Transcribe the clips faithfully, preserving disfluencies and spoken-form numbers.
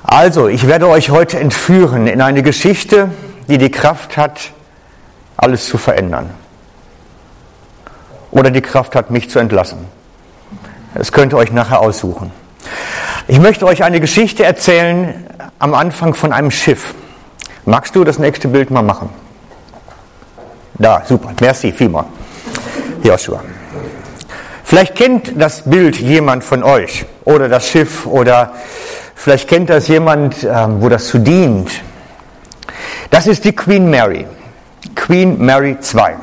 Also, ich werde euch heute entführen in eine Geschichte, die die Kraft hat, alles zu verändern. Oder die Kraft hat, mich zu entlassen. Das könnt ihr euch nachher aussuchen. Ich möchte euch eine Geschichte erzählen am Anfang von einem Schiff. Magst du das nächste Bild mal machen? Da, super. Merci, vielmal. Joshua. Vielleicht kennt das Bild jemand von euch oder das Schiff oder vielleicht kennt das jemand, ähm, wo das zu dient. Das ist die Queen Mary. Queen Mary der Zweite.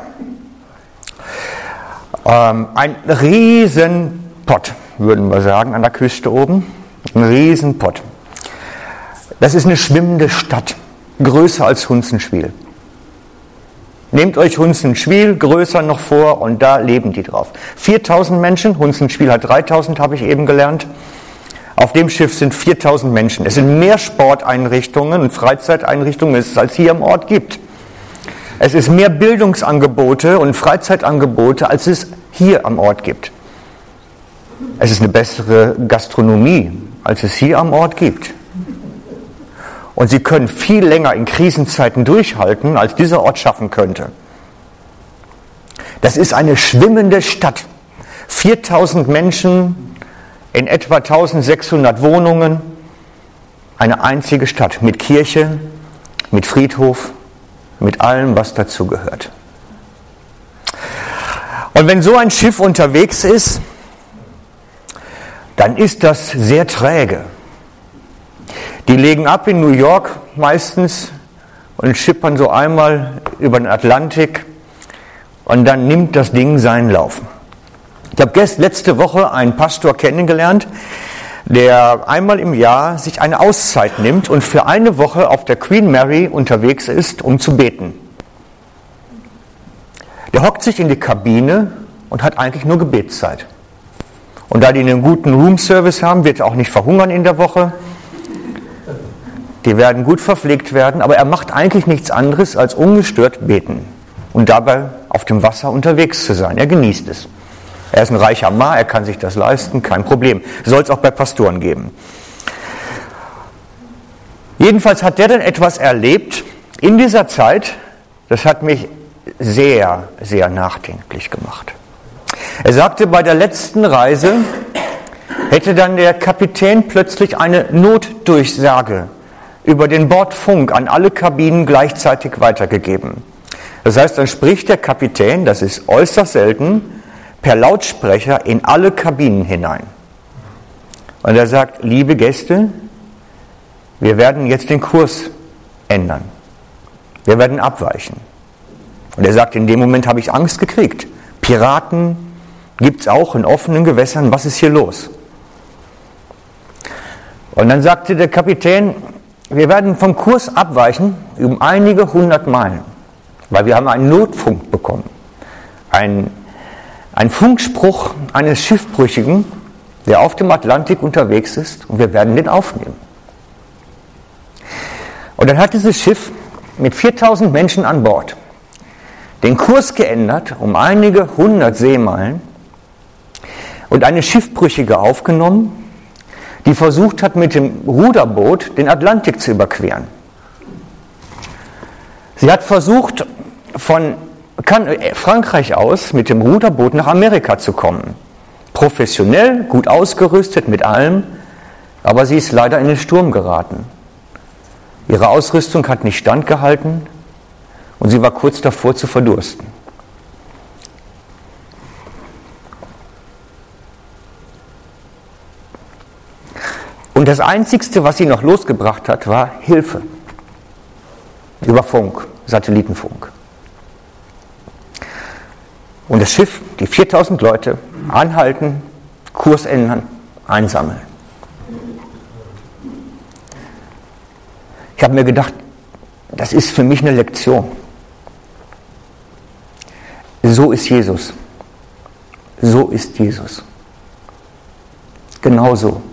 Ähm, ein Riesenpott, würden wir sagen, an der Küste oben. Ein Riesenpott. Das ist eine schwimmende Stadt, größer als Hunzenschwil. Nehmt euch Hunzenschwil größer noch vor und da leben die drauf. viertausend Menschen, Hunzenschwil hat dreitausend, habe ich eben gelernt. Auf dem Schiff sind viertausend Menschen. Es sind mehr Sporteinrichtungen und Freizeiteinrichtungen, als es als hier am Ort gibt. Es ist mehr Bildungsangebote und Freizeitangebote, als es hier am Ort gibt. Es ist eine bessere Gastronomie, als es hier am Ort gibt. Und sie können viel länger in Krisenzeiten durchhalten, als dieser Ort schaffen könnte. Das ist eine schwimmende Stadt. viertausend Menschen in etwa eintausendsechshundert Wohnungen. Eine einzige Stadt mit Kirche, mit Friedhof, mit allem, was dazugehört. Und wenn so ein Schiff unterwegs ist, dann ist das sehr träge. Die legen ab in New York meistens und schippern so einmal über den Atlantik und dann nimmt das Ding seinen Lauf. Ich habe letzte Woche einen Pastor kennengelernt, der einmal im Jahr sich eine Auszeit nimmt und für eine Woche auf der Queen Mary unterwegs ist, um zu beten. Der hockt sich in die Kabine und hat eigentlich nur Gebetszeit. Und da die einen guten Roomservice haben, wird er auch nicht verhungern in der Woche. Die werden gut verpflegt werden, aber er macht eigentlich nichts anderes als ungestört beten und dabei auf dem Wasser unterwegs zu sein. Er genießt es. Er ist ein reicher Mann, er kann sich das leisten, kein Problem. Soll es auch bei Pastoren geben. Jedenfalls hat der dann etwas erlebt in dieser Zeit, das hat mich sehr, sehr nachdenklich gemacht. Er sagte, bei der letzten Reise hätte dann der Kapitän plötzlich eine Notdurchsage über den Bordfunk an alle Kabinen gleichzeitig weitergegeben. Das heißt, dann spricht der Kapitän, das ist äußerst selten, per Lautsprecher in alle Kabinen hinein. Und er sagt, liebe Gäste, wir werden jetzt den Kurs ändern. Wir werden abweichen. Und er sagt, in dem Moment habe ich Angst gekriegt. Piraten gibt es auch in offenen Gewässern, was ist hier los? Und dann sagte der Kapitän, wir werden vom Kurs abweichen um einige hundert Meilen, weil wir haben einen Notfunk bekommen. Ein, ein Funkspruch eines Schiffbrüchigen, der auf dem Atlantik unterwegs ist, und wir werden den aufnehmen. Und dann hat dieses Schiff mit viertausend Menschen an Bord den Kurs geändert um einige hundert Seemeilen und eine Schiffbrüchige aufgenommen, die versucht hat, mit dem Ruderboot den Atlantik zu überqueren. Sie hat versucht, von Frankreich aus mit dem Ruderboot nach Amerika zu kommen. Professionell, gut ausgerüstet mit allem, aber sie ist leider in den Sturm geraten. Ihre Ausrüstung hat nicht standgehalten und sie war kurz davor zu verdursten. Und das Einzigste, was sie noch losgebracht hat, war Hilfe. Über Funk, Satellitenfunk. Und das Schiff, die viertausend Leute, anhalten, Kurs ändern, einsammeln. Ich habe mir gedacht, das ist für mich eine Lektion. So ist Jesus. So ist Jesus. Genau so.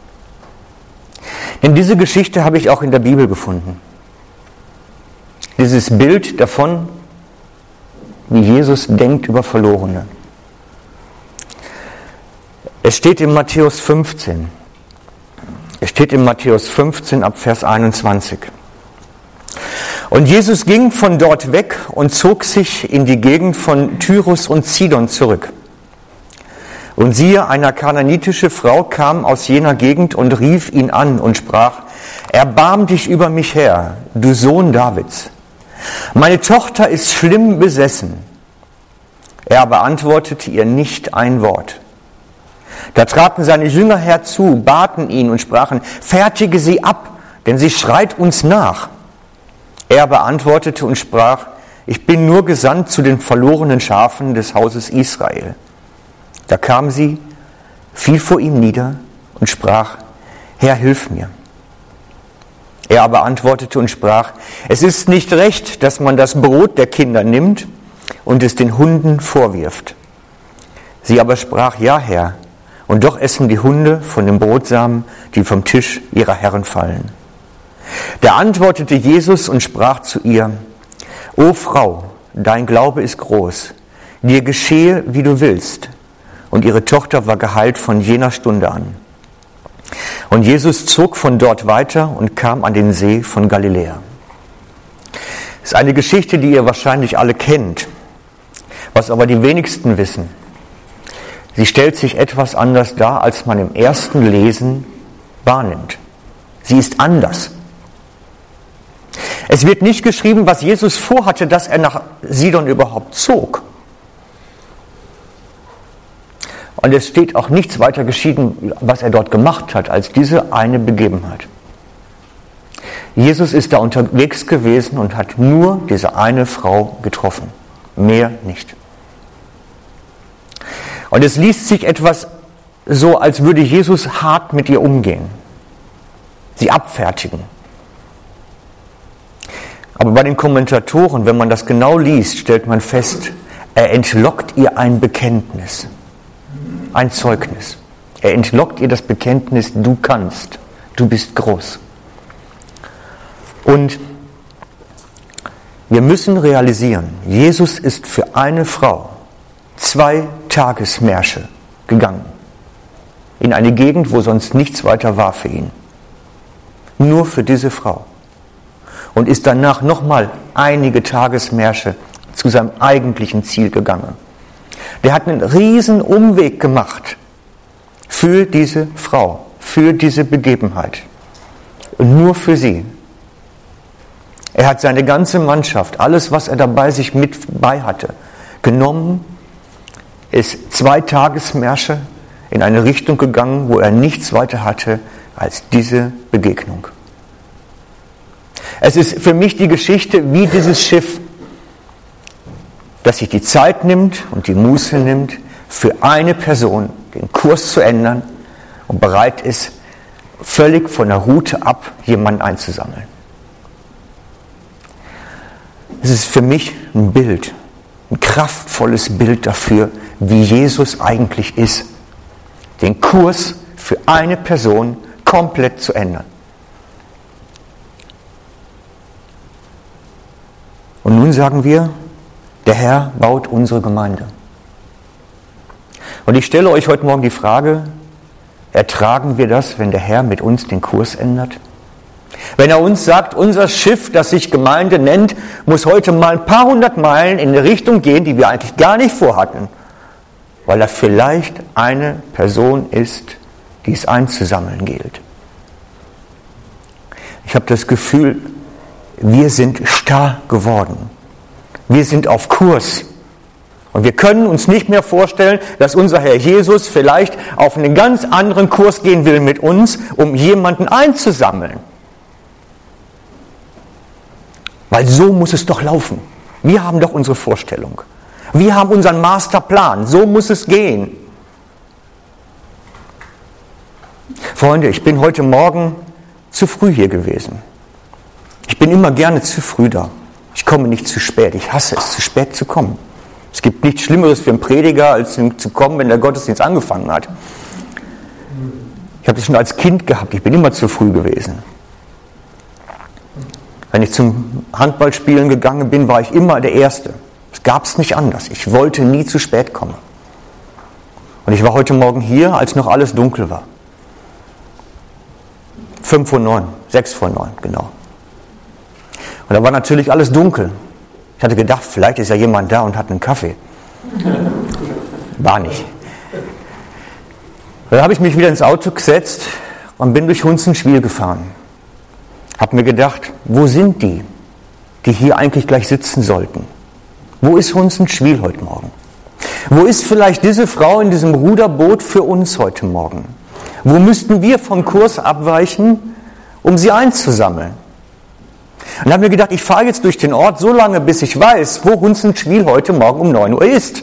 Denn diese Geschichte habe ich auch in der Bibel gefunden. Dieses Bild davon, wie Jesus denkt über Verlorene. Es steht in Matthäus fünfzehn. Es steht in Matthäus fünfzehn ab Vers einundzwanzig. Und Jesus ging von dort weg und zog sich in die Gegend von Tyrus und Sidon zurück. Und siehe, eine kananitische Frau kam aus jener Gegend und rief ihn an und sprach: Erbarm dich über mich, Herr, du Sohn Davids. Meine Tochter ist schlimm besessen. Er aber antwortete ihr nicht ein Wort. Da traten seine Jünger herzu, baten ihn und sprachen: Fertige sie ab, denn sie schreit uns nach. Er aber antwortete und sprach: Ich bin nur gesandt zu den verlorenen Schafen des Hauses Israel. Da kam sie, fiel vor ihm nieder und sprach: Herr, hilf mir. Er aber antwortete und sprach: Es ist nicht recht, dass man das Brot der Kinder nimmt und es den Hunden vorwirft. Sie aber sprach: Ja, Herr, und doch essen die Hunde von den Brotsamen, die vom Tisch ihrer Herren fallen. Da antwortete Jesus und sprach zu ihr: O Frau, dein Glaube ist groß, dir geschehe, wie du willst. Und ihre Tochter war geheilt von jener Stunde an. Und Jesus zog von dort weiter und kam an den See von Galiläa. Das ist eine Geschichte, die ihr wahrscheinlich alle kennt, was aber die wenigsten wissen. Sie stellt sich etwas anders dar, als man im ersten Lesen wahrnimmt. Sie ist anders. Es wird nicht geschrieben, was Jesus vorhatte, dass er nach Sidon überhaupt zog. Und es steht auch nichts weiter geschrieben, was er dort gemacht hat, als diese eine Begebenheit. Jesus ist da unterwegs gewesen und hat nur diese eine Frau getroffen. Mehr nicht. Und es liest sich etwas so, als würde Jesus hart mit ihr umgehen, sie abfertigen. Aber bei den Kommentatoren, wenn man das genau liest, stellt man fest, er entlockt ihr ein Bekenntnis, ein Zeugnis. Er entlockt ihr das Bekenntnis: Du kannst, du bist groß. Und wir müssen realisieren, Jesus ist für eine Frau zwei Tagesmärsche gegangen. In eine Gegend, wo sonst nichts weiter war für ihn. Nur für diese Frau. Und ist danach nochmal einige Tagesmärsche zu seinem eigentlichen Ziel gegangen. Der hat einen riesen Umweg gemacht für diese Frau, für diese Begebenheit. Und nur für sie. Er hat seine ganze Mannschaft, alles, was er dabei sich mit bei hatte, genommen, ist zwei Tagesmärsche in eine Richtung gegangen, wo er nichts weiter hatte als diese Begegnung. Es ist für mich die Geschichte wie dieses Schiff, das sich die Zeit nimmt und die Muße nimmt, für eine Person den Kurs zu ändern und bereit ist, völlig von der Route ab jemanden einzusammeln. Es ist für mich ein Bild, ein kraftvolles Bild dafür, wie Jesus eigentlich ist, den Kurs für eine Person komplett zu ändern. Und nun sagen wir, der Herr baut unsere Gemeinde. Und ich stelle euch heute Morgen die Frage, ertragen wir das, wenn der Herr mit uns den Kurs ändert? Wenn er uns sagt, unser Schiff, das sich Gemeinde nennt, muss heute mal ein paar hundert Meilen in eine Richtung gehen, die wir eigentlich gar nicht vorhatten, weil da vielleicht eine Person ist, die es einzusammeln gilt. Ich habe das Gefühl, wir sind starr geworden. Wir sind auf Kurs. Und wir können uns nicht mehr vorstellen, dass unser Herr Jesus vielleicht auf einen ganz anderen Kurs gehen will mit uns, um jemanden einzusammeln. Weil so muss es doch laufen. Wir haben doch unsere Vorstellung. Wir haben unseren Masterplan. So muss es gehen. Freunde, ich bin heute Morgen zu früh hier gewesen. Ich bin immer gerne zu früh da. Ich komme nicht zu spät. Ich hasse es, zu spät zu kommen. Es gibt nichts Schlimmeres für einen Prediger, als zu kommen, wenn der Gottesdienst angefangen hat. Ich habe das schon als Kind gehabt. Ich bin immer zu früh gewesen. Wenn ich zum Handballspielen gegangen bin, war ich immer der Erste. Es gab es nicht anders. Ich wollte nie zu spät kommen. Und ich war heute Morgen hier, als noch alles dunkel war. Fünf vor neun, sechs vor neun, genau. Und da war natürlich alles dunkel. Ich hatte gedacht, vielleicht ist ja jemand da und hat einen Kaffee. War nicht. Da habe ich mich wieder ins Auto gesetzt und bin durch Hunzenschwil gefahren. Habe mir gedacht, wo sind die, die hier eigentlich gleich sitzen sollten? Wo ist Hunzenschwil heute Morgen? Wo ist vielleicht diese Frau in diesem Ruderboot für uns heute Morgen? Wo müssten wir vom Kurs abweichen, um sie einzusammeln? Und habe mir gedacht, ich fahre jetzt durch den Ort so lange, bis ich weiß, wo Hunzenschwil heute Morgen um neun Uhr ist.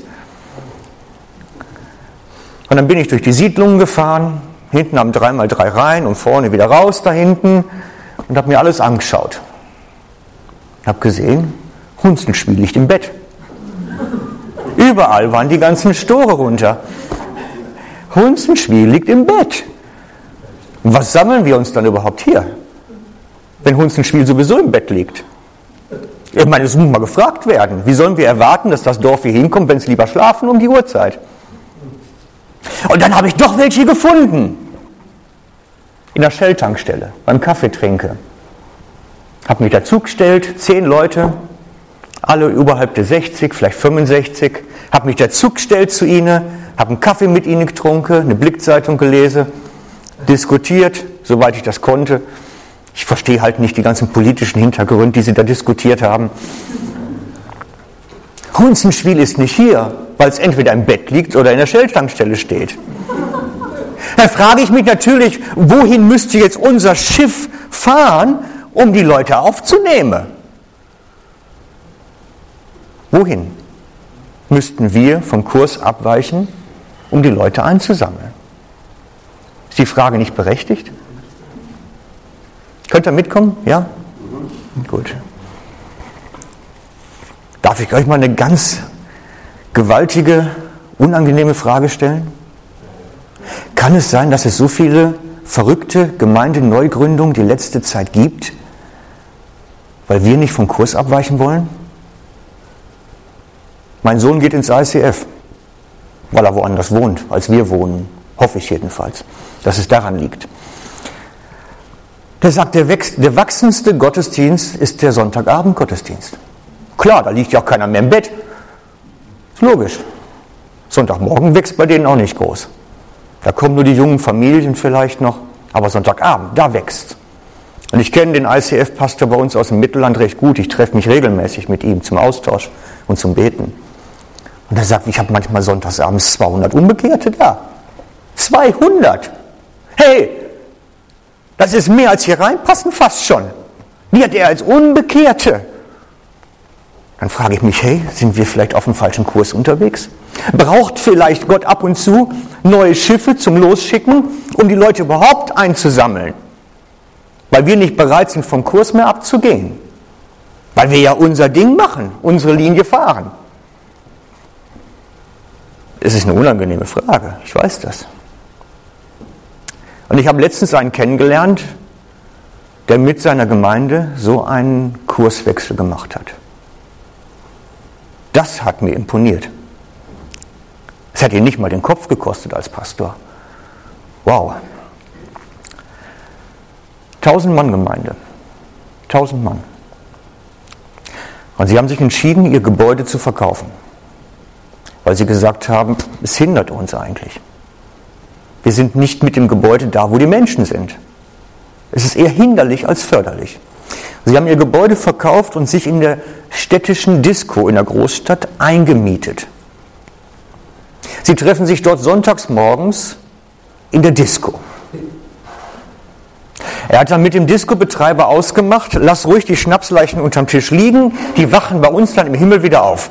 Und dann bin ich durch die Siedlungen gefahren, hinten am drei mal drei rein und vorne wieder raus da hinten und habe mir alles angeschaut. Habe gesehen, Hunzenschwil liegt im Bett. Überall waren die ganzen Store runter. Hunzenschwil liegt im Bett. Was sammeln wir uns dann überhaupt hier, wenn Hunzenschwil sowieso im Bett liegt? Ich meine, es muss mal gefragt werden. Wie sollen wir erwarten, dass das Dorf hier hinkommt, wenn es lieber schlafen um die Uhrzeit? Und dann habe ich doch welche gefunden. In der Shell-Tankstelle, beim Kaffeetrinke. Habe mich dazugestellt, zehn Leute, alle überhalb der sechzig, vielleicht fünfundsechzig. Habe mich dazugestellt zu ihnen, habe einen Kaffee mit ihnen getrunken, eine Blickzeitung gelesen, diskutiert, soweit ich das konnte. Ich verstehe halt nicht die ganzen politischen Hintergründe, die sie da diskutiert haben. Hunzenschwil ist nicht hier, weil es entweder im Bett liegt oder in der Shell-Tankstelle steht. Dann frage ich mich natürlich, wohin müsste jetzt unser Schiff fahren, um die Leute aufzunehmen? Wohin müssten wir vom Kurs abweichen, um die Leute einzusammeln? Ist die Frage nicht berechtigt? Könnt ihr mitkommen? Ja? Gut. Darf ich euch mal eine ganz gewaltige, unangenehme Frage stellen? Kann es sein, dass es so viele verrückte Gemeindeneugründungen die letzte Zeit gibt, weil wir nicht vom Kurs abweichen wollen? Mein Sohn geht ins I C F, weil er woanders wohnt, als wir wohnen. Hoffe ich jedenfalls, dass es daran liegt. Der sagt, der, wächst, der wachsendste Gottesdienst ist der Sonntagabend-Gottesdienst. Klar, da liegt ja auch keiner mehr im Bett. Ist logisch. Sonntagmorgen wächst bei denen auch nicht groß. Da kommen nur die jungen Familien vielleicht noch, aber Sonntagabend, da wächst. Und ich kenne den I C F-Pastor bei uns aus dem Mittelland recht gut. Ich treffe mich regelmäßig mit ihm zum Austausch und zum Beten. Und er sagt, ich habe manchmal sonntagsabends zweihundert Unbekehrte da. zweihundert! Hey, das ist mehr als hier reinpassen fast schon. Die hat er als Unbekehrte. Dann frage ich mich, hey, sind wir vielleicht auf dem falschen Kurs unterwegs? Braucht vielleicht Gott ab und zu neue Schiffe zum Losschicken, um die Leute überhaupt einzusammeln? Weil wir nicht bereit sind, vom Kurs mehr abzugehen. Weil wir ja unser Ding machen, unsere Linie fahren. Es ist eine unangenehme Frage, ich weiß das. Und ich habe letztens einen kennengelernt, der mit seiner Gemeinde so einen Kurswechsel gemacht hat. Das hat mir imponiert. Es hat ihn nicht mal den Kopf gekostet als Pastor. Wow. Tausend Mann Gemeinde. Tausend Mann. Und sie haben sich entschieden, ihr Gebäude zu verkaufen. Weil sie gesagt haben, es hindert uns eigentlich. Wir sind nicht mit dem Gebäude da, wo die Menschen sind. Es ist eher hinderlich als förderlich. Sie haben ihr Gebäude verkauft und sich in der städtischen Disco in der Großstadt eingemietet. Sie treffen sich dort sonntags morgens in der Disco. Er hat dann mit dem Disco-Betreiber ausgemacht, lass ruhig die Schnapsleichen unterm Tisch liegen, die wachen bei uns dann im Himmel wieder auf.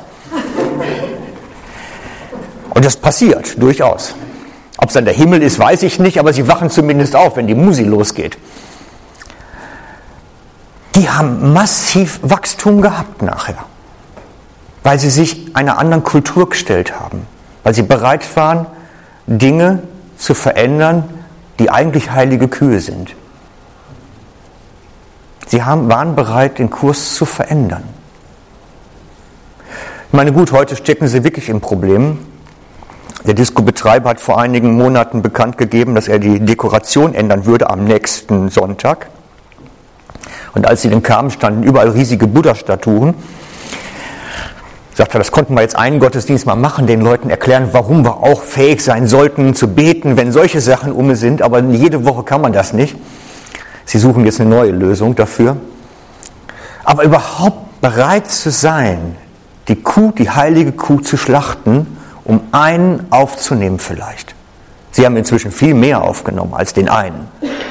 Und das passiert durchaus. Ob es dann der Himmel ist, weiß ich nicht, aber sie wachen zumindest auf, wenn die Musi losgeht. Die haben massiv Wachstum gehabt nachher, weil sie sich einer anderen Kultur gestellt haben, weil sie bereit waren, Dinge zu verändern, die eigentlich heilige Kühe sind. Sie haben, waren bereit, den Kurs zu verändern. Ich meine, gut, heute stecken sie wirklich in Problemen. Der Disco-Betreiber hat vor einigen Monaten bekannt gegeben, dass er die Dekoration ändern würde am nächsten Sonntag. Und als sie dann kamen, standen überall riesige Buddha-Statuen. Sagt er, das konnten wir jetzt einen Gottesdienst mal machen, den Leuten erklären, warum wir auch fähig sein sollten zu beten, wenn solche Sachen um sind, aber jede Woche kann man das nicht. Sie suchen jetzt eine neue Lösung dafür. Aber überhaupt bereit zu sein, die Kuh, die heilige Kuh zu schlachten, um einen aufzunehmen vielleicht. Sie haben inzwischen viel mehr aufgenommen als den einen.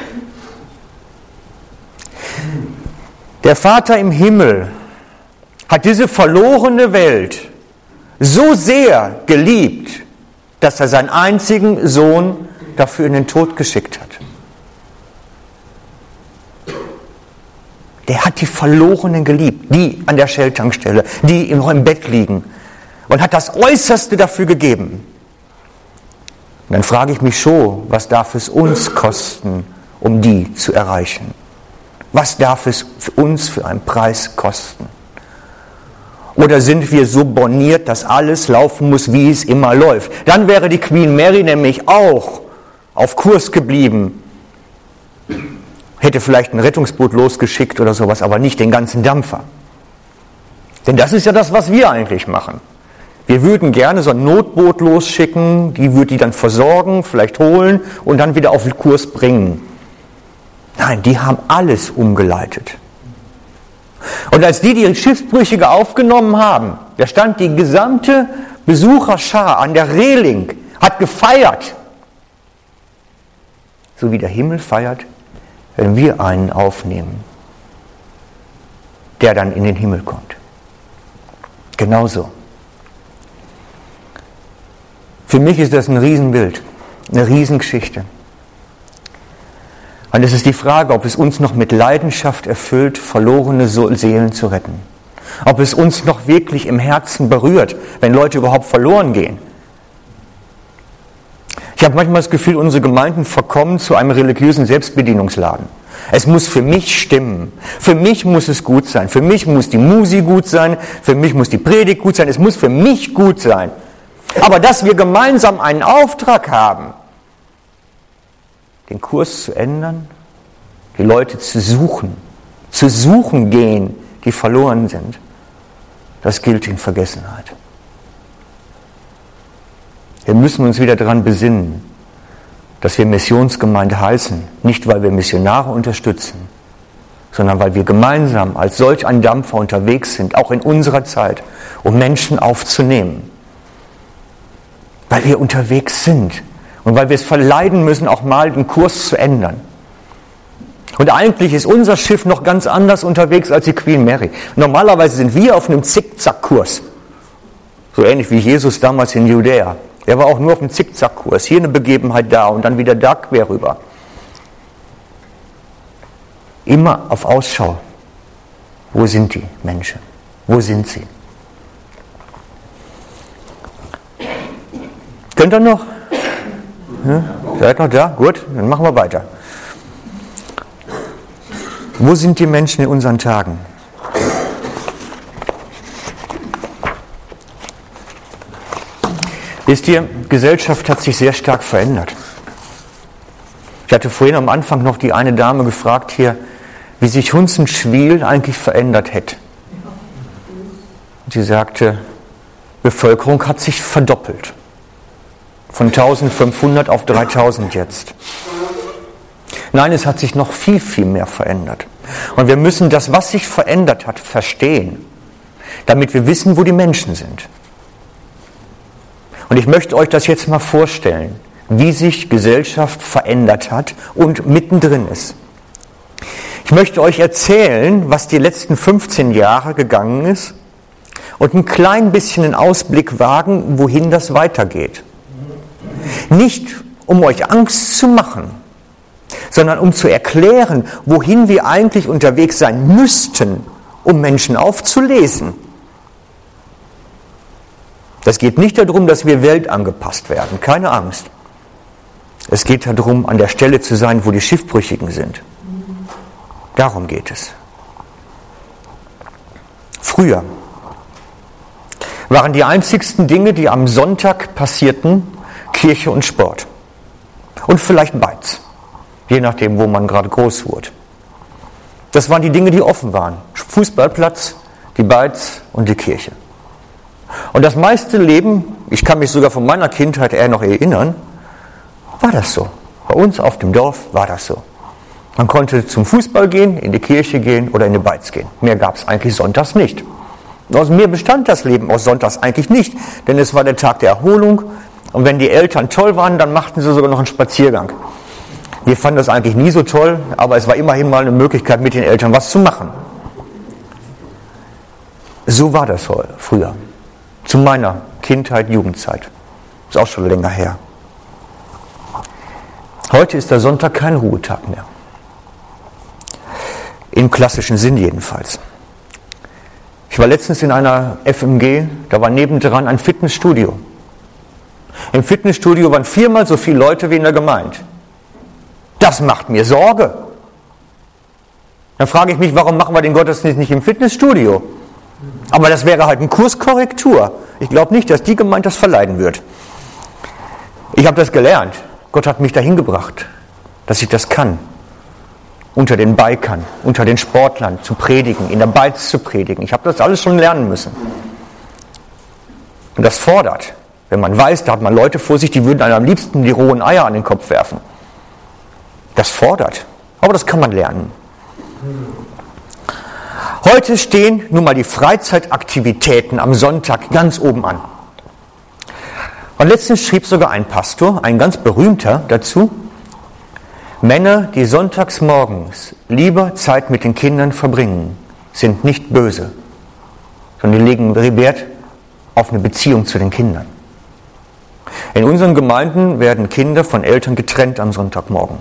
Der Vater im Himmel hat diese verlorene Welt so sehr geliebt, dass er seinen einzigen Sohn dafür in den Tod geschickt hat. Der hat die Verlorenen geliebt, die an der Shell-Tankstelle, die im Bett liegen, und hat das Äußerste dafür gegeben. Und dann frage ich mich schon, was darf es uns kosten, um die zu erreichen? Was darf es für uns für einen Preis kosten? Oder sind wir so borniert, dass alles laufen muss, wie es immer läuft? Dann wäre die Queen Mary nämlich auch auf Kurs geblieben, hätte vielleicht ein Rettungsboot losgeschickt oder sowas, aber nicht den ganzen Dampfer. Denn das ist ja das, was wir eigentlich machen. Wir würden gerne so ein Notboot losschicken, die würde die dann versorgen, vielleicht holen und dann wieder auf den Kurs bringen. Nein, die haben alles umgeleitet. Und als die die Schiffsbrüchige aufgenommen haben, da stand die gesamte Besucherschar an der Reling, hat gefeiert. So wie der Himmel feiert, wenn wir einen aufnehmen, der dann in den Himmel kommt. Genauso. Für mich ist das ein Riesenbild, eine Riesengeschichte. Und es ist die Frage, ob es uns noch mit Leidenschaft erfüllt, verlorene Seelen zu retten. Ob es uns noch wirklich im Herzen berührt, wenn Leute überhaupt verloren gehen. Ich habe manchmal das Gefühl, unsere Gemeinden verkommen zu einem religiösen Selbstbedienungsladen. Es muss für mich stimmen. Für mich muss es gut sein. Für mich muss die Musik gut sein. Für mich muss die Predigt gut sein. Es muss für mich gut sein. Aber dass wir gemeinsam einen Auftrag haben, den Kurs zu ändern, die Leute zu suchen, zu suchen gehen, die verloren sind, das gilt in Vergessenheit. Wir müssen uns wieder daran besinnen, dass wir Missionsgemeinde heißen, nicht weil wir Missionare unterstützen, sondern weil wir gemeinsam als solch ein Dampfer unterwegs sind, auch in unserer Zeit, um Menschen aufzunehmen. Weil wir unterwegs sind und weil wir es verleiden müssen, auch mal den Kurs zu ändern. Und eigentlich ist unser Schiff noch ganz anders unterwegs als die Queen Mary. Normalerweise sind wir auf einem Zickzackkurs. So ähnlich wie Jesus damals in Judäa. Er war auch nur auf einem Zickzackkurs. Hier eine Begebenheit da und dann wieder da quer rüber. Immer auf Ausschau. Wo sind die Menschen? Wo sind sie? Könnt ihr noch? Ja? Seid noch da? Gut, dann machen wir weiter. Wo sind die Menschen in unseren Tagen? Wisst ihr, Gesellschaft hat sich sehr stark verändert. Ich hatte vorhin am Anfang noch die eine Dame gefragt hier, wie sich Hunzenschwil eigentlich verändert hätte. Und sie sagte, Bevölkerung hat sich verdoppelt. Von eintausendfünfhundert auf dreitausend jetzt. Nein, es hat sich noch viel, viel mehr verändert. Und wir müssen das, was sich verändert hat, verstehen, damit wir wissen, wo die Menschen sind. Und ich möchte euch das jetzt mal vorstellen, wie sich Gesellschaft verändert hat und mittendrin ist. Ich möchte euch erzählen, was die letzten fünfzehn Jahre gegangen ist und ein klein bisschen einen Ausblick wagen, wohin das weitergeht. Nicht, um euch Angst zu machen, sondern um zu erklären, wohin wir eigentlich unterwegs sein müssten, um Menschen aufzulesen. Es geht nicht darum, dass wir weltangepasst werden, keine Angst. Es geht darum, an der Stelle zu sein, wo die Schiffbrüchigen sind. Darum geht es. Früher waren die einzigsten Dinge, die am Sonntag passierten, Kirche und Sport. Und vielleicht beides, je nachdem, wo man gerade groß wurde. Das waren die Dinge, die offen waren. Fußballplatz, die Beiz und die Kirche. Und das meiste Leben, ich kann mich sogar von meiner Kindheit eher noch erinnern, war das so. Bei uns auf dem Dorf war das so. Man konnte zum Fußball gehen, in die Kirche gehen oder in die Beiz gehen. Mehr gab es eigentlich sonntags nicht. Aus mir bestand das Leben aus sonntags eigentlich nicht, denn es war der Tag der Erholung. Und wenn die Eltern toll waren, dann machten sie sogar noch einen Spaziergang. Wir fanden das eigentlich nie so toll, aber es war immerhin mal eine Möglichkeit, mit den Eltern was zu machen. So war das früher. Zu meiner Kindheit, Jugendzeit. Ist auch schon länger her. Heute ist der Sonntag kein Ruhetag mehr. Im klassischen Sinn jedenfalls. Ich war letztens in einer F M G, da war nebendran ein Fitnessstudio. Im Fitnessstudio waren viermal so viele Leute wie in der Gemeinde. Das macht mir Sorge. Dann frage ich mich, warum machen wir den Gottesdienst nicht im Fitnessstudio? Aber das wäre halt eine Kurskorrektur. Ich glaube nicht, dass die Gemeinde das verleiden wird. Ich habe das gelernt. Gott hat mich dahin gebracht, dass ich das kann. Unter den Bikern, unter den Sportlern zu predigen, in der Beiz zu predigen. Ich habe das alles schon lernen müssen. Und das fordert. Wenn man weiß, da hat man Leute vor sich, die würden einem am liebsten die rohen Eier an den Kopf werfen. Das fordert. Aber das kann man lernen. Heute stehen nun mal die Freizeitaktivitäten am Sonntag ganz oben an. Und letztens schrieb sogar ein Pastor, ein ganz berühmter, dazu: Männer, die sonntags morgens lieber Zeit mit den Kindern verbringen, sind nicht böse, sondern die legen Wert auf eine Beziehung zu den Kindern. In unseren Gemeinden werden Kinder von Eltern getrennt am Sonntagmorgen.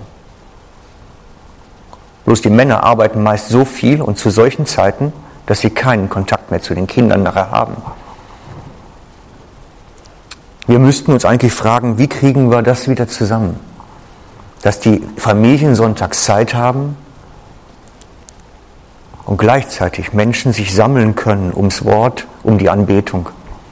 Bloß die Männer arbeiten meist so viel und zu solchen Zeiten, dass sie keinen Kontakt mehr zu den Kindern nachher haben. Wir müssten uns eigentlich fragen, wie kriegen wir das wieder zusammen? Dass die Familien sonntags Zeit haben und gleichzeitig Menschen sich sammeln können ums Wort, um die Anbetung.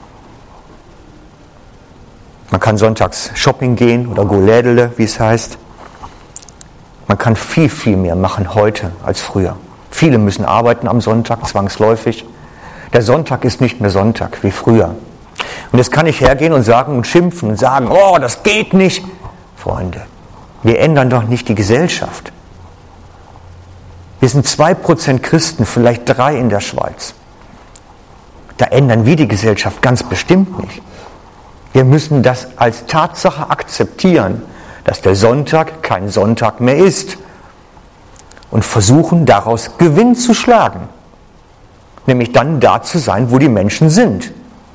Man kann sonntags shopping gehen oder go lädele, wie es heißt. Man kann viel, viel mehr machen heute als früher. Viele müssen arbeiten am Sonntag, zwangsläufig. Der Sonntag ist nicht mehr Sonntag wie früher. Und jetzt kann ich hergehen und sagen und schimpfen und sagen, oh, das geht nicht. Freunde, wir ändern doch nicht die Gesellschaft. Wir sind zwei Prozent Christen, vielleicht drei in der Schweiz. Da ändern wir die Gesellschaft ganz bestimmt nicht. Wir müssen das als Tatsache akzeptieren, dass der Sonntag kein Sonntag mehr ist und versuchen, daraus Gewinn zu schlagen. Nämlich dann da zu sein, wo die Menschen sind.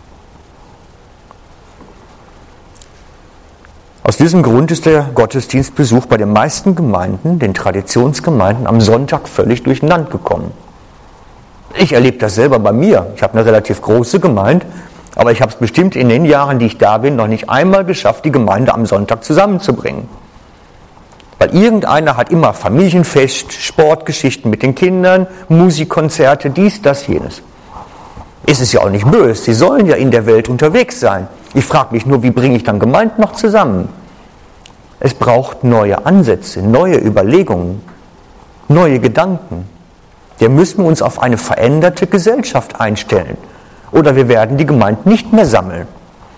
Aus diesem Grund ist der Gottesdienstbesuch bei den meisten Gemeinden, den Traditionsgemeinden, am Sonntag völlig durcheinander gekommen. Ich erlebe das selber bei mir. Ich habe eine relativ große Gemeinde, aber ich habe es bestimmt in den Jahren, die ich da bin, noch nicht einmal geschafft, die Gemeinde am Sonntag zusammenzubringen. Weil irgendeiner hat immer Familienfest, Sportgeschichten mit den Kindern, Musikkonzerte, dies, das, jenes. Ist es ja auch nicht böse, sie sollen ja in der Welt unterwegs sein. Ich frage mich nur, wie bringe ich dann Gemeinden noch zusammen? Es braucht neue Ansätze, neue Überlegungen, neue Gedanken. Wir müssen uns auf eine veränderte Gesellschaft einstellen. Oder wir werden die Gemeinden nicht mehr sammeln.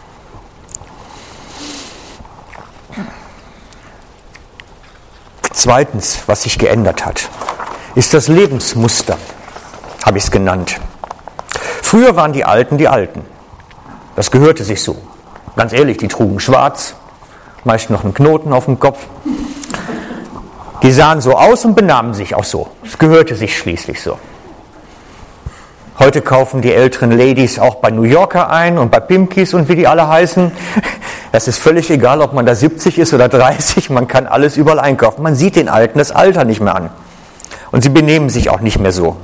Zweitens, was sich geändert hat, ist das Lebensmuster, habe ich es genannt. Früher waren die Alten die Alten. Das gehörte sich so. Ganz ehrlich, die trugen schwarz, meist noch einen Knoten auf dem Kopf. Die sahen so aus und benahmen sich auch so. Es gehörte sich schließlich so. Heute kaufen die älteren Ladies auch bei New Yorker ein und bei Pimkis und wie die alle heißen. Das ist völlig egal, ob man da siebzig ist oder dreißig, man kann alles überall einkaufen. Man sieht den Alten das Alter nicht mehr an. Und sie benehmen sich auch nicht mehr so.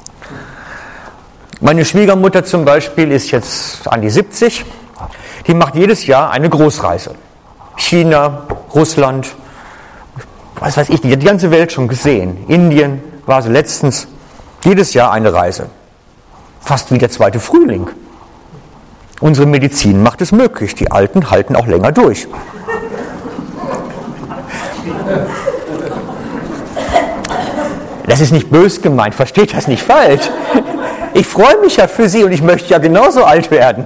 Meine Schwiegermutter zum Beispiel ist jetzt an die siebzig. Die macht jedes Jahr eine Großreise. China, Russland, was weiß ich, die hat die ganze Welt schon gesehen. Indien war sie letztens. Jedes Jahr eine Reise. Fast wie der zweite Frühling. Unsere Medizin macht es möglich. Die Alten halten auch länger durch. Das ist nicht bös gemeint, versteht das nicht falsch. Ich freue mich ja für Sie und ich möchte ja genauso alt werden.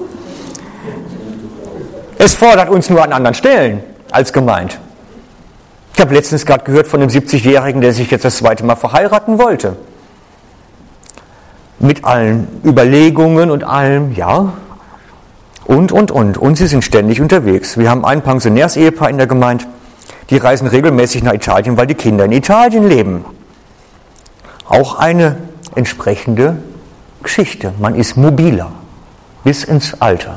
Es fordert uns nur an anderen Stellen als gemeint. Ich habe letztens gerade gehört von einem siebzigjährigen, der sich jetzt das zweite Mal verheiraten wollte. Mit allen Überlegungen und allem, ja. Und, und, und. Und sie sind ständig unterwegs. Wir haben ein Pensionärsehepaar in der Gemeinde, die reisen regelmäßig nach Italien, weil die Kinder in Italien leben. Auch eine entsprechende Geschichte. Man ist mobiler bis ins Alter.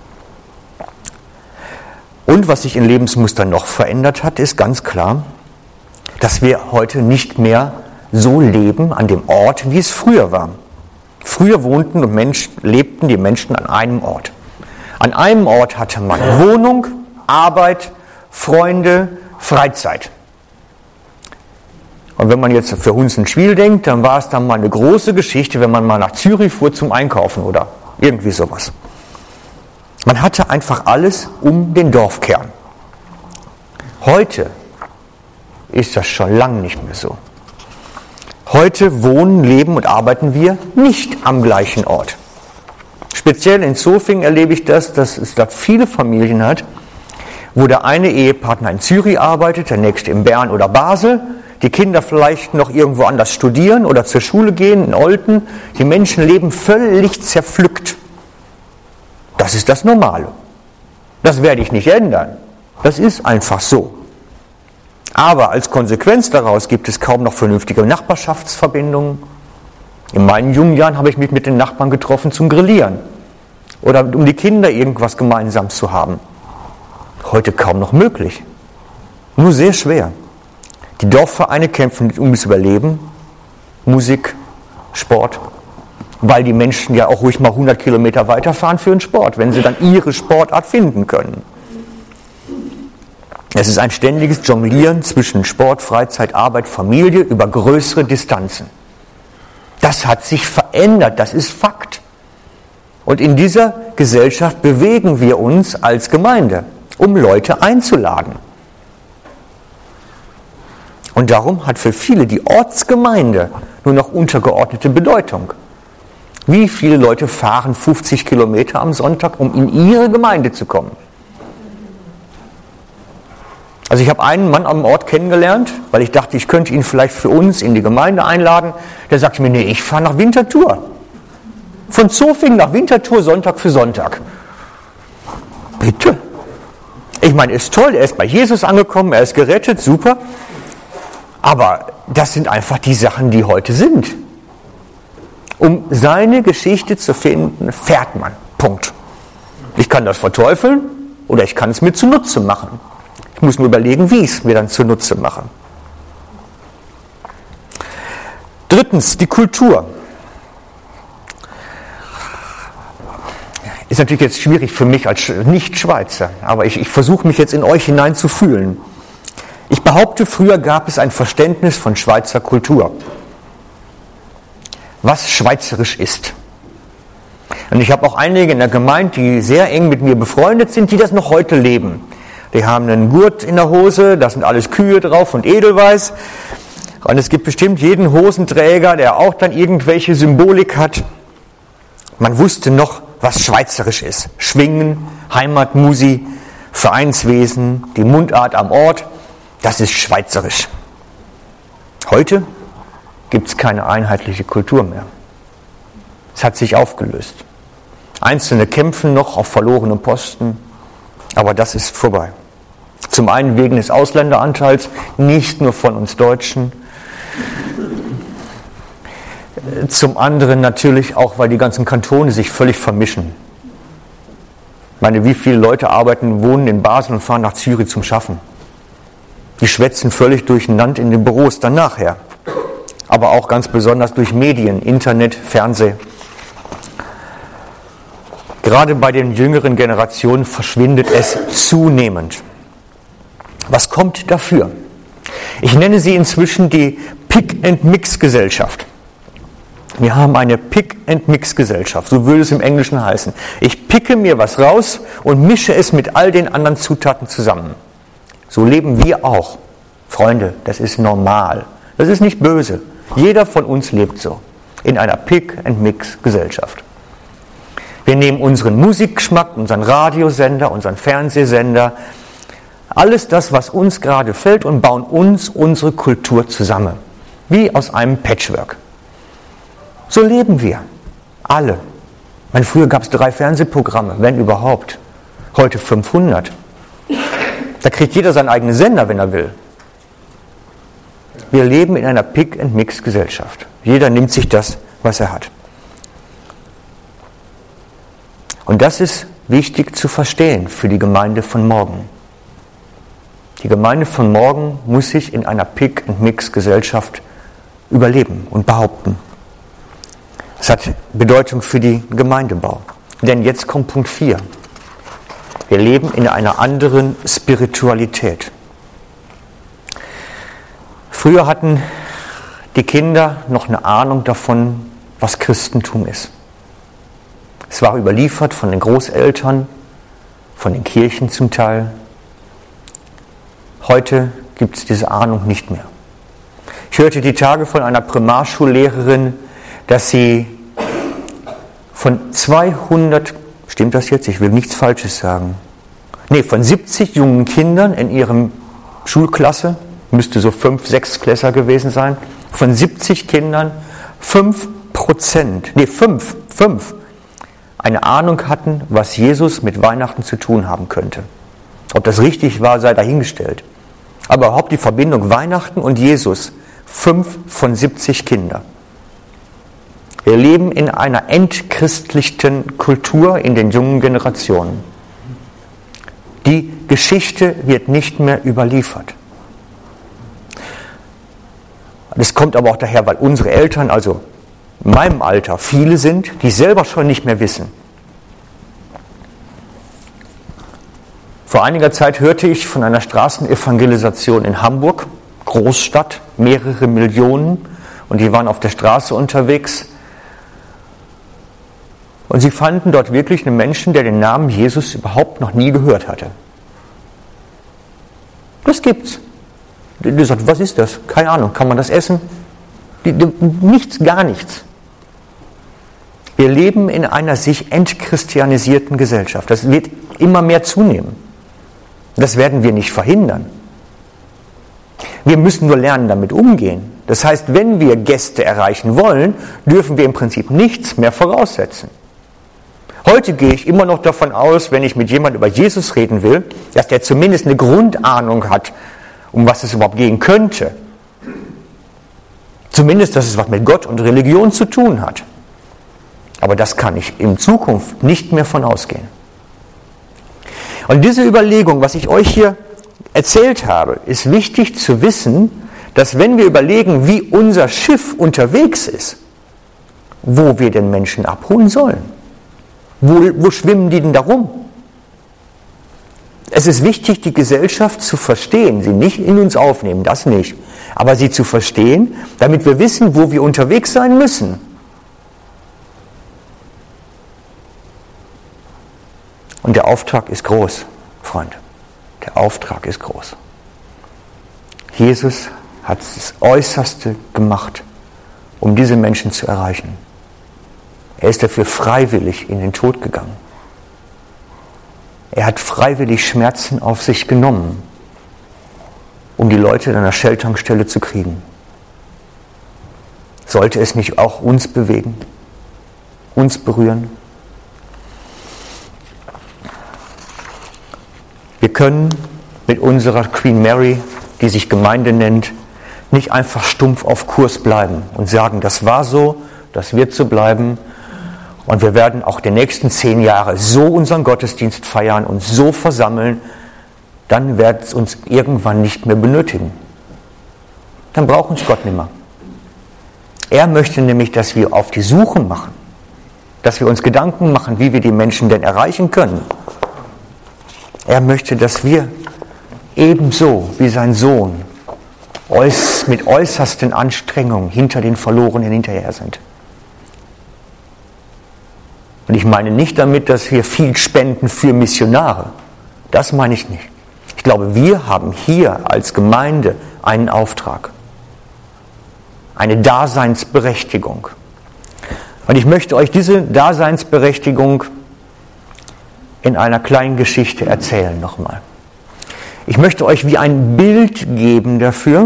Und was sich in Lebensmustern noch verändert hat, ist ganz klar, dass wir heute nicht mehr so leben an dem Ort, wie es früher war. Früher wohnten und Menschen, lebten die Menschen an einem Ort. An einem Ort hatte man Wohnung, Arbeit, Freunde, Freizeit. Und wenn man jetzt für Hunzenschwil denkt, dann war es dann mal eine große Geschichte, wenn man mal nach Zürich fuhr zum Einkaufen oder irgendwie sowas. Man hatte einfach alles um den Dorfkern. Heute ist das schon lange nicht mehr so. Heute wohnen, leben und arbeiten wir nicht am gleichen Ort. Speziell in Zofingen erlebe ich das, dass es dort viele Familien hat, wo der eine Ehepartner in Zürich arbeitet, der nächste in Bern oder Basel, die Kinder vielleicht noch irgendwo anders studieren oder zur Schule gehen, in Olten. Die Menschen leben völlig zerpflückt. Das ist das Normale. Das werde ich nicht ändern. Das ist einfach so. Aber als Konsequenz daraus gibt es kaum noch vernünftige Nachbarschaftsverbindungen. In meinen jungen Jahren habe ich mich mit den Nachbarn getroffen zum Grillieren oder um die Kinder irgendwas gemeinsam zu haben. Heute kaum noch möglich. Nur sehr schwer. Die Dorfvereine kämpfen um das Überleben, Musik, Sport, weil die Menschen ja auch ruhig mal hundert Kilometer weiterfahren für den Sport, wenn sie dann ihre Sportart finden können. Es ist ein ständiges Jonglieren zwischen Sport, Freizeit, Arbeit, Familie über größere Distanzen. Das hat sich verändert, das ist Fakt. Und in dieser Gesellschaft bewegen wir uns als Gemeinde, um Leute einzuladen. Und darum hat für viele die Ortsgemeinde nur noch untergeordnete Bedeutung. Wie viele Leute fahren fünfzig Kilometer am Sonntag, um in ihre Gemeinde zu kommen? Also ich habe einen Mann am Ort kennengelernt, weil ich dachte, ich könnte ihn vielleicht für uns in die Gemeinde einladen. Der sagte mir, nee, ich fahre nach Winterthur. Von Zofingen nach Winterthur, Sonntag für Sonntag. Bitte? Ich meine, ist toll, er ist bei Jesus angekommen, er ist gerettet, super. Aber das sind einfach die Sachen, die heute sind. Um seine Geschichte zu finden, fährt man. Punkt. Ich kann das verteufeln oder ich kann es mir zunutze machen. Ich muss nur überlegen, wie ich es mir dann zunutze mache. Drittens, die Kultur. Ist natürlich jetzt schwierig für mich als Nicht-Schweizer, aber ich, ich versuche mich jetzt in euch hineinzufühlen. Ich behaupte, früher gab es ein Verständnis von Schweizer Kultur, was schweizerisch ist. Und ich habe auch einige in der Gemeinde, die sehr eng mit mir befreundet sind, die das noch heute leben. Die haben einen Gurt in der Hose, da sind alles Kühe drauf und Edelweiß. Und es gibt bestimmt jeden Hosenträger, der auch dann irgendwelche Symbolik hat. Man wusste noch, was schweizerisch ist. Schwingen, Heimatmusi, Vereinswesen, die Mundart am Ort, das ist schweizerisch. Heute gibt es keine einheitliche Kultur mehr. Es hat sich aufgelöst. Einzelne kämpfen noch auf verlorenem Posten, aber das ist vorbei. Zum einen wegen des Ausländeranteils, nicht nur von uns Deutschen. Zum anderen natürlich auch, weil die ganzen Kantone sich völlig vermischen. Ich meine, wie viele Leute arbeiten, wohnen in Basel und fahren nach Zürich zum Schaffen? Die schwätzen völlig durcheinander in den Büros dann nachher. Aber auch ganz besonders durch Medien, Internet, Fernsehen. Gerade bei den jüngeren Generationen verschwindet es zunehmend. Was kommt dafür? Ich nenne sie inzwischen die Pick-and-Mix-Gesellschaft. Wir haben eine Pick-and-Mix-Gesellschaft, so würde es im Englischen heißen. Ich picke mir was raus und mische es mit all den anderen Zutaten zusammen. So leben wir auch. Freunde, das ist normal. Das ist nicht böse. Jeder von uns lebt so. In einer Pick-and-Mix-Gesellschaft. Wir nehmen unseren Musikgeschmack, unseren Radiosender, unseren Fernsehsender, alles das, was uns gerade fällt, und bauen uns unsere Kultur zusammen. Wie aus einem Patchwork. So leben wir. Alle. Ich meine, früher gab es drei Fernsehprogramme, wenn überhaupt. Heute fünfhundert. Da kriegt jeder seinen eigenen Sender, wenn er will. Wir leben in einer Pick-and-Mix-Gesellschaft. Jeder nimmt sich das, was er hat. Und das ist wichtig zu verstehen für die Gemeinde von morgen. Die Gemeinde von morgen muss sich in einer Pick-and-Mix-Gesellschaft überleben und behaupten. Das hat Bedeutung für den Gemeindebau. Denn jetzt kommt Punkt vier. Wir leben in einer anderen Spiritualität. Früher hatten die Kinder noch eine Ahnung davon, was Christentum ist. Es war überliefert von den Großeltern, von den Kirchen zum Teil. Heute gibt es diese Ahnung nicht mehr. Ich hörte die Tage von einer Primarschullehrerin, dass sie von zweihundert, stimmt das jetzt? Ich will nichts Falsches sagen. Nee, von siebzig jungen Kindern in ihrem Schulklasse, müsste so fünf, sechs Klässler gewesen sein, von siebzig Kindern fünf Prozent, nee, fünf, fünf, eine Ahnung hatten, was Jesus mit Weihnachten zu tun haben könnte. Ob das richtig war, sei dahingestellt. Aber überhaupt die Verbindung Weihnachten und Jesus, fünf von siebzig Kindern. Wir leben in einer entchristlichten Kultur in den jungen Generationen. Die Geschichte wird nicht mehr überliefert. Das kommt aber auch daher, weil unsere Eltern, also in meinem Alter, viele sind, die selber schon nicht mehr wissen. Vor einiger Zeit hörte ich von einer Straßenevangelisation in Hamburg, Großstadt, mehrere Millionen, und die waren auf der Straße unterwegs. Und sie fanden dort wirklich einen Menschen, der den Namen Jesus überhaupt noch nie gehört hatte. Das gibt's. Die sagt, was ist das? Keine Ahnung, kann man das essen? Die, die, nichts, gar nichts. Wir leben in einer sich entchristianisierten Gesellschaft. Das wird immer mehr zunehmen. Das werden wir nicht verhindern. Wir müssen nur lernen, damit umgehen. Das heißt, wenn wir Gäste erreichen wollen, dürfen wir im Prinzip nichts mehr voraussetzen. Heute gehe ich immer noch davon aus, wenn ich mit jemandem über Jesus reden will, dass der zumindest eine Grundahnung hat, um was es überhaupt gehen könnte. Zumindest, dass es was mit Gott und Religion zu tun hat. Aber das kann ich in Zukunft nicht mehr von ausgehen. Und diese Überlegung, was ich euch hier erzählt habe, ist wichtig zu wissen, dass wenn wir überlegen, wie unser Schiff unterwegs ist, wo wir den Menschen abholen sollen. Wo, wo schwimmen die denn da rum? Es ist wichtig, die Gesellschaft zu verstehen, sie nicht in uns aufnehmen, das nicht, aber sie zu verstehen, damit wir wissen, wo wir unterwegs sein müssen. Und der Auftrag ist groß, Freunde. Der Auftrag ist groß. Jesus hat das Äußerste gemacht, um diese Menschen zu erreichen. Er ist dafür freiwillig in den Tod gegangen. Er hat freiwillig Schmerzen auf sich genommen, um die Leute in einer Shell-Tankstelle zu kriegen. Sollte es nicht auch uns bewegen, uns berühren? Wir können mit unserer Queen Mary, die sich Gemeinde nennt, nicht einfach stumpf auf Kurs bleiben und sagen, das war so, das wird so bleiben und wir werden auch die nächsten zehn Jahre so unseren Gottesdienst feiern und so versammeln, dann wird es uns irgendwann nicht mehr benötigen. Dann braucht uns Gott nicht mehr. Er möchte nämlich, dass wir auf die Suche machen, dass wir uns Gedanken machen, wie wir die Menschen denn erreichen können. Er möchte, dass wir ebenso wie sein Sohn mit äußersten Anstrengungen hinter den Verlorenen hinterher sind. Und ich meine nicht damit, dass wir viel spenden für Missionare. Das meine ich nicht. Ich glaube, wir haben hier als Gemeinde einen Auftrag, eine Daseinsberechtigung. Und ich möchte euch diese Daseinsberechtigung in einer kleinen Geschichte erzählen nochmal. Ich möchte euch wie ein Bild geben dafür,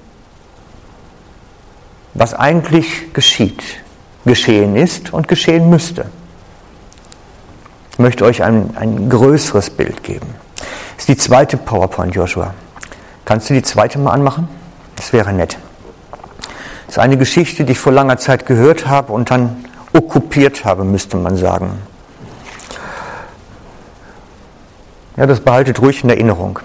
was eigentlich geschieht, geschehen ist und geschehen müsste. Ich möchte euch ein, ein größeres Bild geben. Das ist die zweite PowerPoint, Joshua. Kannst du die zweite mal anmachen? Das wäre nett. Das ist eine Geschichte, die ich vor langer Zeit gehört habe und dann okkupiert habe, müsste man sagen. Ja, das behaltet ruhig in Erinnerung.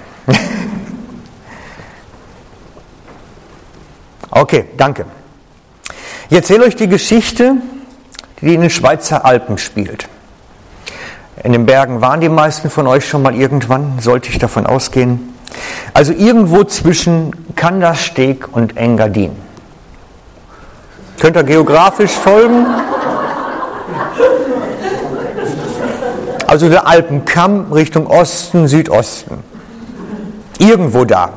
Okay, danke. Ich erzähle euch die Geschichte, die in den Schweizer Alpen spielt. In den Bergen waren die meisten von euch schon mal irgendwann, sollte ich davon ausgehen. Also irgendwo zwischen Kandersteg und Engadin. Könnt ihr geografisch folgen? Also der Alpenkamm Richtung Osten, Südosten. Irgendwo da.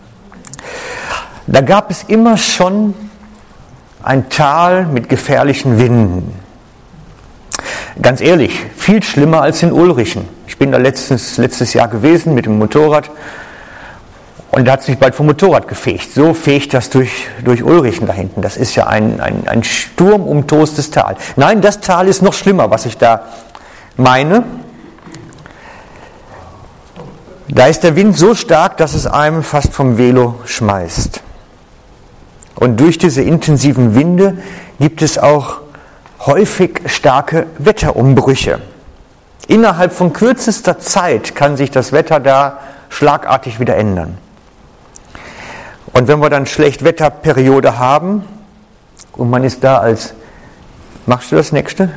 Da gab es immer schon ein Tal mit gefährlichen Winden. Ganz ehrlich, viel schlimmer als in Ulrichen. Ich bin da letztens, letztes Jahr gewesen mit dem Motorrad und da hat es mich bald vom Motorrad gefegt. So fegt das durch, durch Ulrichen da hinten. Das ist ja ein, ein, ein sturmumtostes Tal. Nein, das Tal ist noch schlimmer, was ich da meine. Da ist der Wind so stark, dass es einem fast vom Velo schmeißt. Und durch diese intensiven Winde gibt es auch häufig starke Wetterumbrüche. Innerhalb von kürzester Zeit kann sich das Wetter da schlagartig wieder ändern. Und wenn wir dann Schlechtwetterperiode haben und man ist da als, machst du das nächste?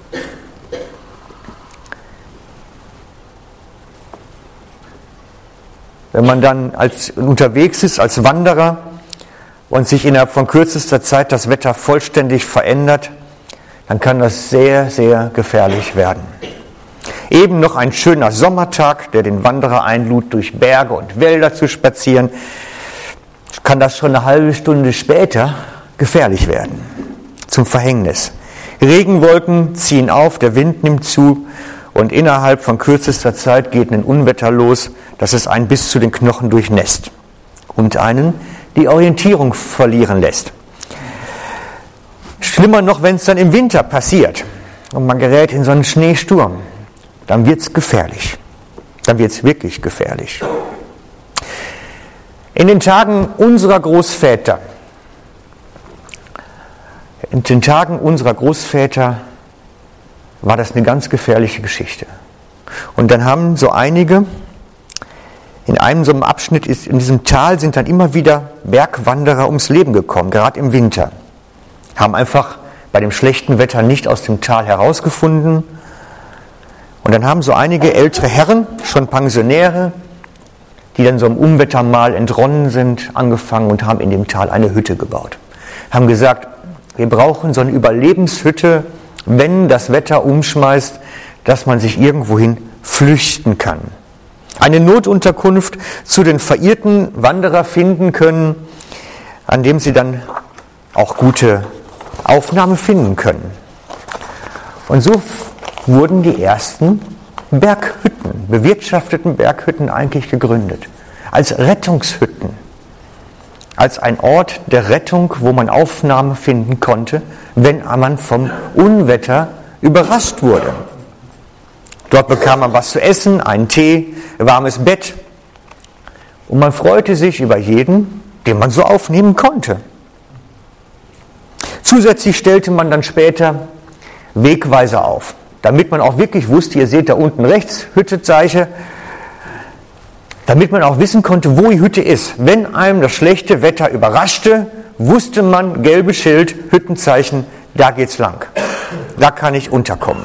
Wenn man dann als, unterwegs ist als Wanderer und sich innerhalb von kürzester Zeit das Wetter vollständig verändert, dann kann das sehr, sehr gefährlich werden. Eben noch ein schöner Sommertag, der den Wanderer einlud, durch Berge und Wälder zu spazieren, kann das schon eine halbe Stunde später gefährlich werden, zum Verhängnis. Regenwolken ziehen auf, der Wind nimmt zu und innerhalb von kürzester Zeit geht ein Unwetter los, das es einen bis zu den Knochen durchnässt und einen die Orientierung verlieren lässt. Schlimmer noch, wenn es dann im Winter passiert und man gerät in so einen Schneesturm, dann wird es gefährlich. Dann wird es wirklich gefährlich. In den Tagen unserer Großväter, in den Tagen unserer Großväter war das eine ganz gefährliche Geschichte. Und dann haben so einige, in einem so einem Abschnitt ist, in diesem Tal sind dann immer wieder Bergwanderer ums Leben gekommen, gerade im Winter. Haben einfach bei dem schlechten Wetter nicht aus dem Tal herausgefunden. Und dann haben so einige ältere Herren, schon Pensionäre, die dann so im Unwetter mal entronnen sind, angefangen und haben in dem Tal eine Hütte gebaut. Haben gesagt, wir brauchen so eine Überlebenshütte, wenn das Wetter umschmeißt, dass man sich irgendwohin flüchten kann. Eine Notunterkunft zu den verirrten Wanderer finden können, an dem sie dann auch gute Aufnahme finden können. Und so wurden die ersten Berghütten, bewirtschafteten Berghütten eigentlich gegründet. Als Rettungshütten. Als ein Ort der Rettung, wo man Aufnahme finden konnte, wenn man vom Unwetter überrascht wurde. Dort bekam man was zu essen, einen Tee, warmes Bett. Und man freute sich über jeden, den man so aufnehmen konnte. Zusätzlich stellte man dann später Wegweiser auf, damit man auch wirklich wusste, ihr seht da unten rechts, Hüttezeichen, damit man auch wissen konnte, wo die Hütte ist. Wenn einem das schlechte Wetter überraschte, wusste man, gelbes Schild, Hüttenzeichen, da geht's lang. Da kann ich unterkommen.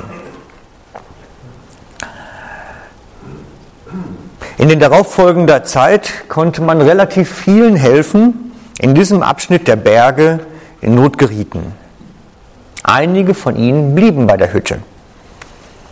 In den darauffolgender Zeit konnte man relativ vielen helfen, in diesem Abschnitt der Berge in Not gerieten. Einige von ihnen blieben bei der Hütte.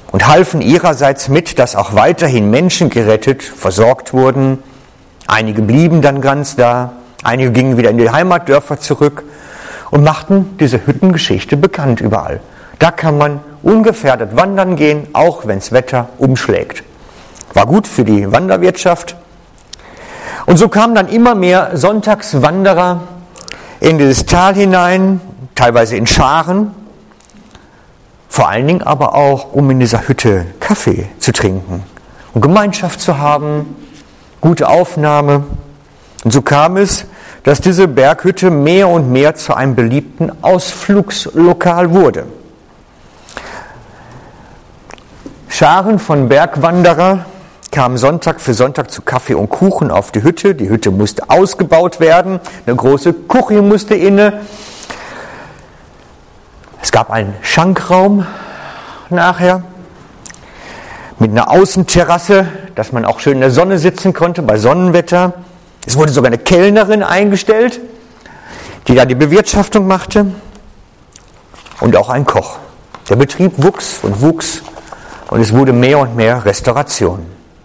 und halfen ihrerseits mit, dass auch weiterhin Menschen gerettet, versorgt wurden. Einige blieben dann ganz da, einige gingen wieder in die Heimatdörfer zurück und machten diese Hüttengeschichte bekannt überall. Da kann man ungefährdet wandern gehen, auch wenn das Wetter umschlägt. War gut für die Wanderwirtschaft. Und so kamen dann immer mehr Sonntagswanderer in dieses Tal hinein, teilweise in Scharen, vor allen Dingen aber auch, um in dieser Hütte Kaffee zu trinken und Gemeinschaft zu haben, gute Aufnahme. Und so kam es, dass diese Berghütte mehr und mehr zu einem beliebten Ausflugslokal wurde. Scharen von Bergwanderer kamen Sonntag für Sonntag zu Kaffee und Kuchen auf die Hütte. Die Hütte musste ausgebaut werden, eine große Küche musste inne. Es gab einen Schankraum nachher mit einer Außenterrasse, dass man auch schön in der Sonne sitzen konnte bei Sonnenwetter. Es wurde sogar eine Kellnerin eingestellt, die da die Bewirtschaftung machte, und auch ein Koch. Der Betrieb wuchs und wuchs und es wurde mehr und mehr Restauration.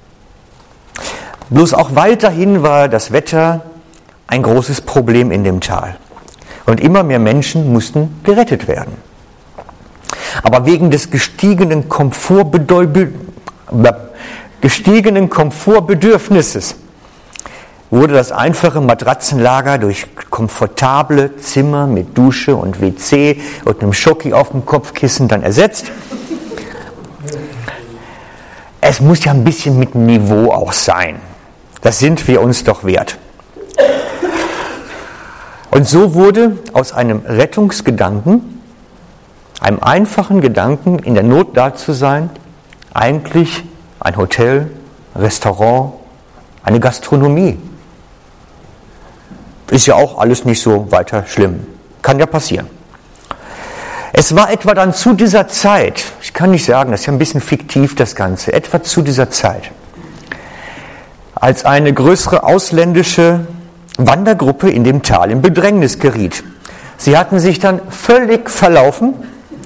Bloß auch weiterhin war das Wetter ein großes Problem in dem Tal. Und immer mehr Menschen mussten gerettet werden. Aber wegen des gestiegenen, Komfortbedeu- gestiegenen Komfortbedürfnisses wurde das einfache Matratzenlager durch komfortable Zimmer mit Dusche und W C und einem Schoki auf dem Kopfkissen dann ersetzt. Es muss ja ein bisschen mit Niveau auch sein. Das sind wir uns doch wert. Und so wurde aus einem Rettungsgedanken, einem einfachen Gedanken, in der Not da zu sein, eigentlich ein Hotel, Restaurant, eine Gastronomie. Ist ja auch alles nicht so weiter schlimm. Kann ja passieren. Es war etwa dann zu dieser Zeit, ich kann nicht sagen, das ist ja ein bisschen fiktiv das Ganze, etwa zu dieser Zeit, als eine größere ausländische Wandergruppe in dem Tal in Bedrängnis geriet. Sie hatten sich dann völlig verlaufen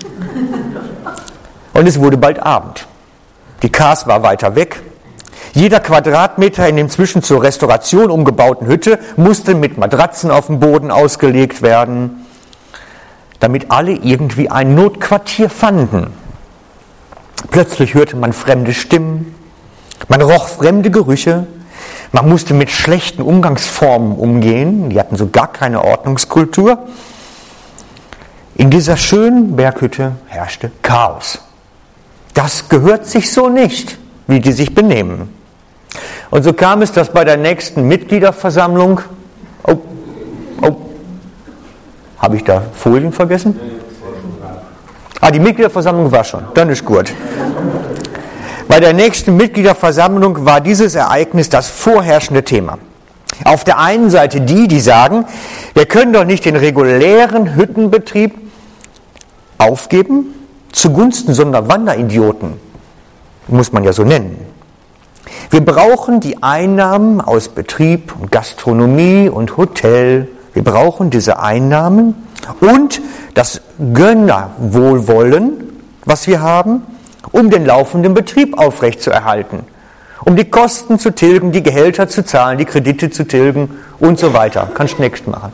und es wurde bald Abend. Die Kars war weiter weg. Jeder Quadratmeter in dem zwischen zur Restauration umgebauten Hütte musste mit Matratzen auf dem Boden ausgelegt werden, damit alle irgendwie ein Notquartier fanden. Plötzlich hörte man fremde Stimmen, man roch fremde Gerüche, man musste mit schlechten Umgangsformen umgehen, die hatten so gar keine Ordnungskultur. In dieser schönen Berghütte herrschte Chaos. Das gehört sich so nicht, wie die sich benehmen. Und so kam es, dass bei der nächsten Mitgliederversammlung, oh, oh, habe ich da Folien vergessen? Ah, die Mitgliederversammlung war schon, dann ist gut. Bei der nächsten Mitgliederversammlung war dieses Ereignis das vorherrschende Thema. Auf der einen Seite die, die sagen, wir können doch nicht den regulären Hüttenbetrieb aufgeben, zugunsten so einer Wanderidioten, muss man ja so nennen. Wir brauchen die Einnahmen aus Betrieb und Gastronomie und Hotel. Wir brauchen diese Einnahmen und das Gönnerwohlwollen, was wir haben, um den laufenden Betrieb aufrechtzuerhalten, um die Kosten zu tilgen, die Gehälter zu zahlen, die Kredite zu tilgen und so weiter. Kannst du nächstes machen.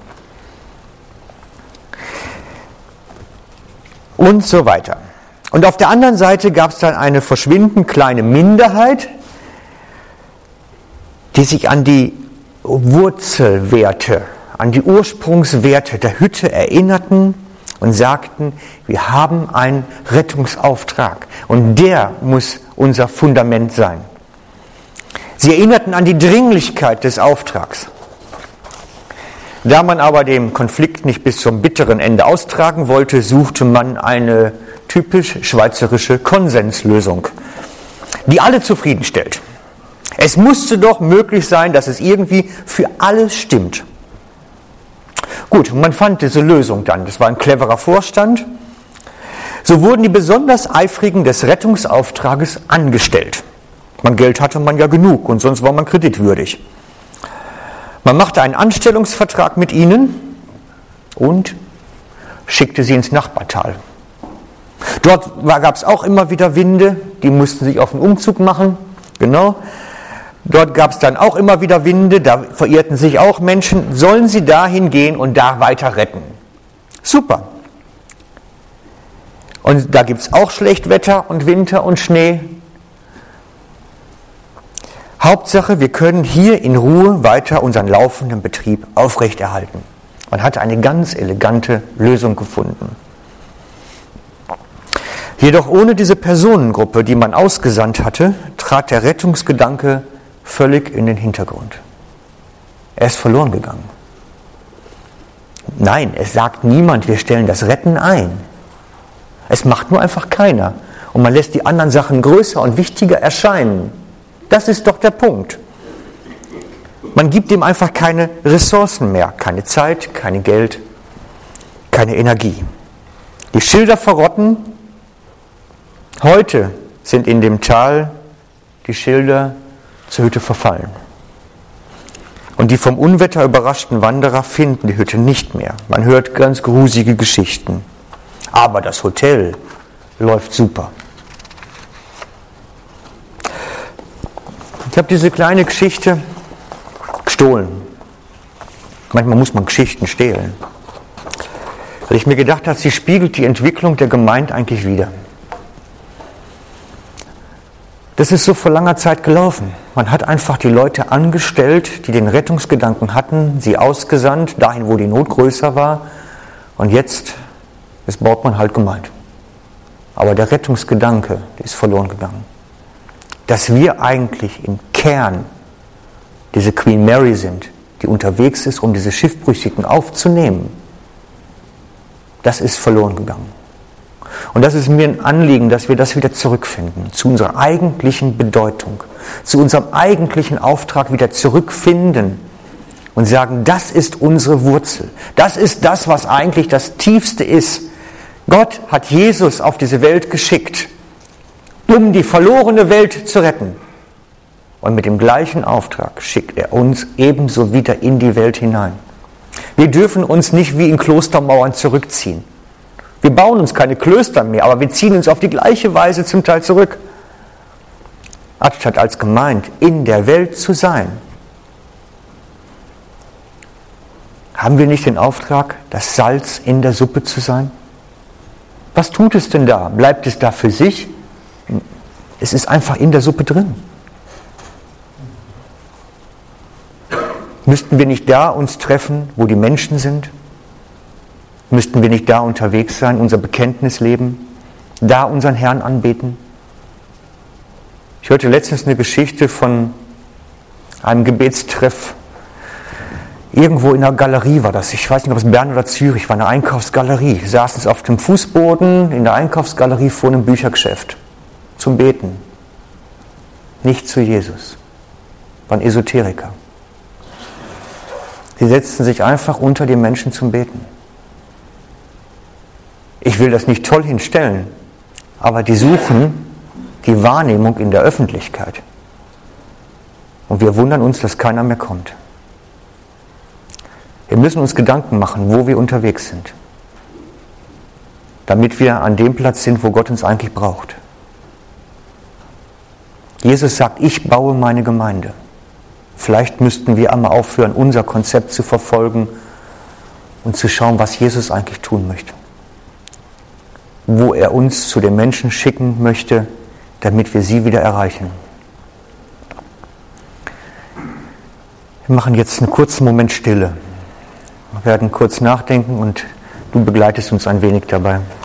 Und so weiter. Und auf der anderen Seite gab es dann eine verschwindend kleine Minderheit, die sich an die Wurzelwerte, an die Ursprungswerte der Hütte erinnerten und sagten, wir haben einen Rettungsauftrag und der muss unser Fundament sein. Sie erinnerten an die Dringlichkeit des Auftrags. Da man aber den Konflikt nicht bis zum bitteren Ende austragen wollte, suchte man eine typisch schweizerische Konsenslösung, die alle zufriedenstellt. Es musste doch möglich sein, dass es irgendwie für alle stimmt. Gut, man fand diese Lösung dann. Das war ein cleverer Vorstand. So wurden die besonders Eifrigen des Rettungsauftrages angestellt. Man Geld hatte man ja genug und sonst war man kreditwürdig. Man machte einen Anstellungsvertrag mit ihnen und schickte sie ins Nachbartal. Dort gab es auch immer wieder Winde, die mussten sich auf den Umzug machen, genau. Dort gab es dann auch immer wieder Winde, da verirrten sich auch Menschen. Sollen sie dahin gehen und da weiter retten? Super. Und da gibt es auch Schlechtwetter und Winter und Schnee. Hauptsache, wir können hier in Ruhe weiter unseren laufenden Betrieb aufrechterhalten. Man hat eine ganz elegante Lösung gefunden. Jedoch ohne diese Personengruppe, die man ausgesandt hatte, trat der Rettungsgedanke völlig in den Hintergrund. Er ist verloren gegangen. Nein, es sagt niemand, wir stellen das Retten ein. Es macht nur einfach keiner. Und man lässt die anderen Sachen größer und wichtiger erscheinen. Das ist doch der Punkt. Man gibt ihm einfach keine Ressourcen mehr, keine Zeit, kein Geld, keine Energie. Die Schilder verrotten. Heute sind in dem Tal die Schilder zur Hütte verfallen. Und die vom Unwetter überraschten Wanderer finden die Hütte nicht mehr. Man hört ganz grusige Geschichten. Aber das Hotel läuft super. Ich habe diese kleine Geschichte gestohlen. Manchmal muss man Geschichten stehlen. Weil ich mir gedacht habe, sie spiegelt die Entwicklung der Gemeinde eigentlich wider. Das ist so vor langer Zeit gelaufen. Man hat einfach die Leute angestellt, die den Rettungsgedanken hatten, sie ausgesandt, dahin, wo die Not größer war. Und jetzt, jetzt baut man halt Gemeinde. Aber der Rettungsgedanke, der ist verloren gegangen. Dass wir eigentlich im Kern diese Queen Mary sind, die unterwegs ist, um diese Schiffbrüchigen aufzunehmen, das ist verloren gegangen. Und das ist mir ein Anliegen, dass wir das wieder zurückfinden, zu unserer eigentlichen Bedeutung, zu unserem eigentlichen Auftrag wieder zurückfinden und sagen, das ist unsere Wurzel. Das ist das, was eigentlich das Tiefste ist. Gott hat Jesus auf diese Welt geschickt, um die verlorene Welt zu retten. Und mit dem gleichen Auftrag schickt er uns ebenso wieder in die Welt hinein. Wir dürfen uns nicht wie in Klostermauern zurückziehen. Wir bauen uns keine Klöster mehr, aber wir ziehen uns auf die gleiche Weise zum Teil zurück. Anstatt als Gemeinde in der Welt zu sein, haben wir nicht den Auftrag, das Salz in der Suppe zu sein? Was tut es denn da? Bleibt es da für sich? Es ist einfach in der Suppe drin. Müssten wir nicht da uns treffen, wo die Menschen sind? Müssten wir nicht da unterwegs sein, unser Bekenntnis leben, da unseren Herrn anbeten? Ich hörte letztens eine Geschichte von einem Gebetstreff. Irgendwo in einer Galerie war das. Ich weiß nicht, ob es Bern oder Zürich war, eine Einkaufsgalerie. Wir saßen auf dem Fußboden in der Einkaufsgalerie vor einem Büchergeschäft zum Beten. Nicht zu Jesus. Waren Esoteriker. Sie setzten sich einfach unter die Menschen zum Beten. Ich will das nicht toll hinstellen, aber die suchen die Wahrnehmung in der Öffentlichkeit. Und wir wundern uns, dass keiner mehr kommt. Wir müssen uns Gedanken machen, wo wir unterwegs sind, damit wir an dem Platz sind, wo Gott uns eigentlich braucht. Jesus sagt, ich baue meine Gemeinde. Vielleicht müssten wir einmal aufhören, unser Konzept zu verfolgen und zu schauen, was Jesus eigentlich tun möchte. Wo er uns zu den Menschen schicken möchte, damit wir sie wieder erreichen. Wir machen jetzt einen kurzen Moment Stille. Wir werden kurz nachdenken und du begleitest uns ein wenig dabei.